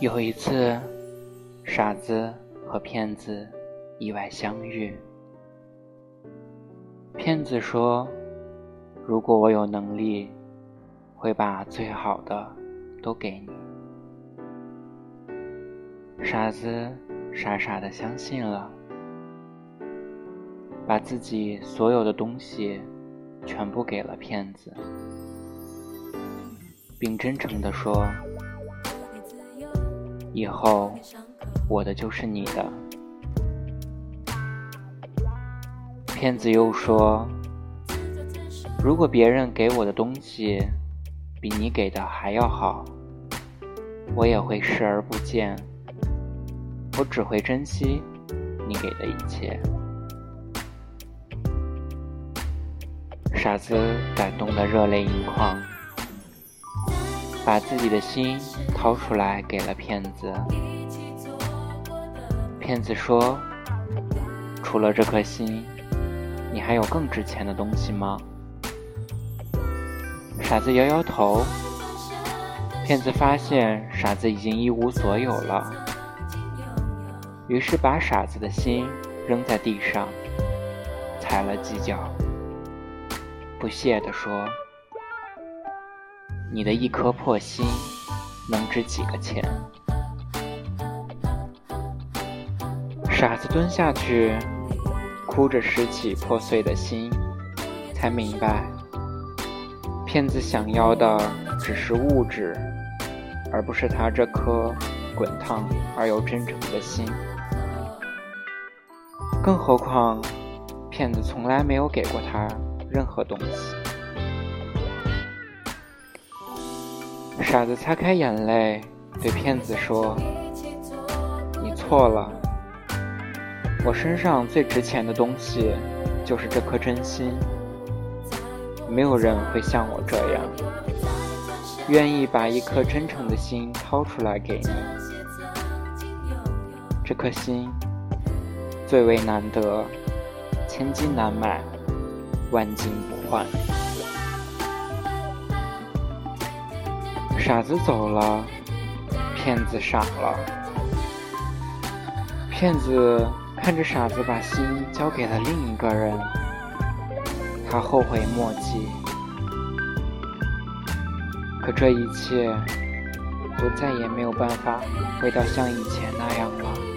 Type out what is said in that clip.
有一次，傻子和骗子意外相遇。骗子说，如果我有能力，会把最好的都给你。傻子傻傻地相信了，把自己所有的东西全部给了骗子，并真诚地说，以后我的就是你的。骗子又说，如果别人给我的东西比你给的还要好，我也会视而不见，我只会珍惜你给的一切。傻子感动得热泪盈眶，把自己的心掏出来给了骗子。骗子说，除了这颗心，你还有更值钱的东西吗？傻子摇摇头。骗子发现傻子已经一无所有了，于是把傻子的心扔在地上，踩了几脚，不屑地说，你的一颗破心能值几个钱？傻子蹲下去，哭着拾起破碎的心，才明白，骗子想要的只是物质，而不是他这颗滚烫而又真诚的心。更何况，骗子从来没有给过他任何东西。傻子擦开眼泪，对骗子说，你错了，我身上最值钱的东西就是这颗真心，没有人会像我这样，愿意把一颗真诚的心掏出来给你。这颗心最为难得，千金难买，万金不换。傻子走了，骗子傻了。骗子看着傻子把心交给了另一个人，他后悔莫及。可这一切都再也没有办法回到像以前那样了。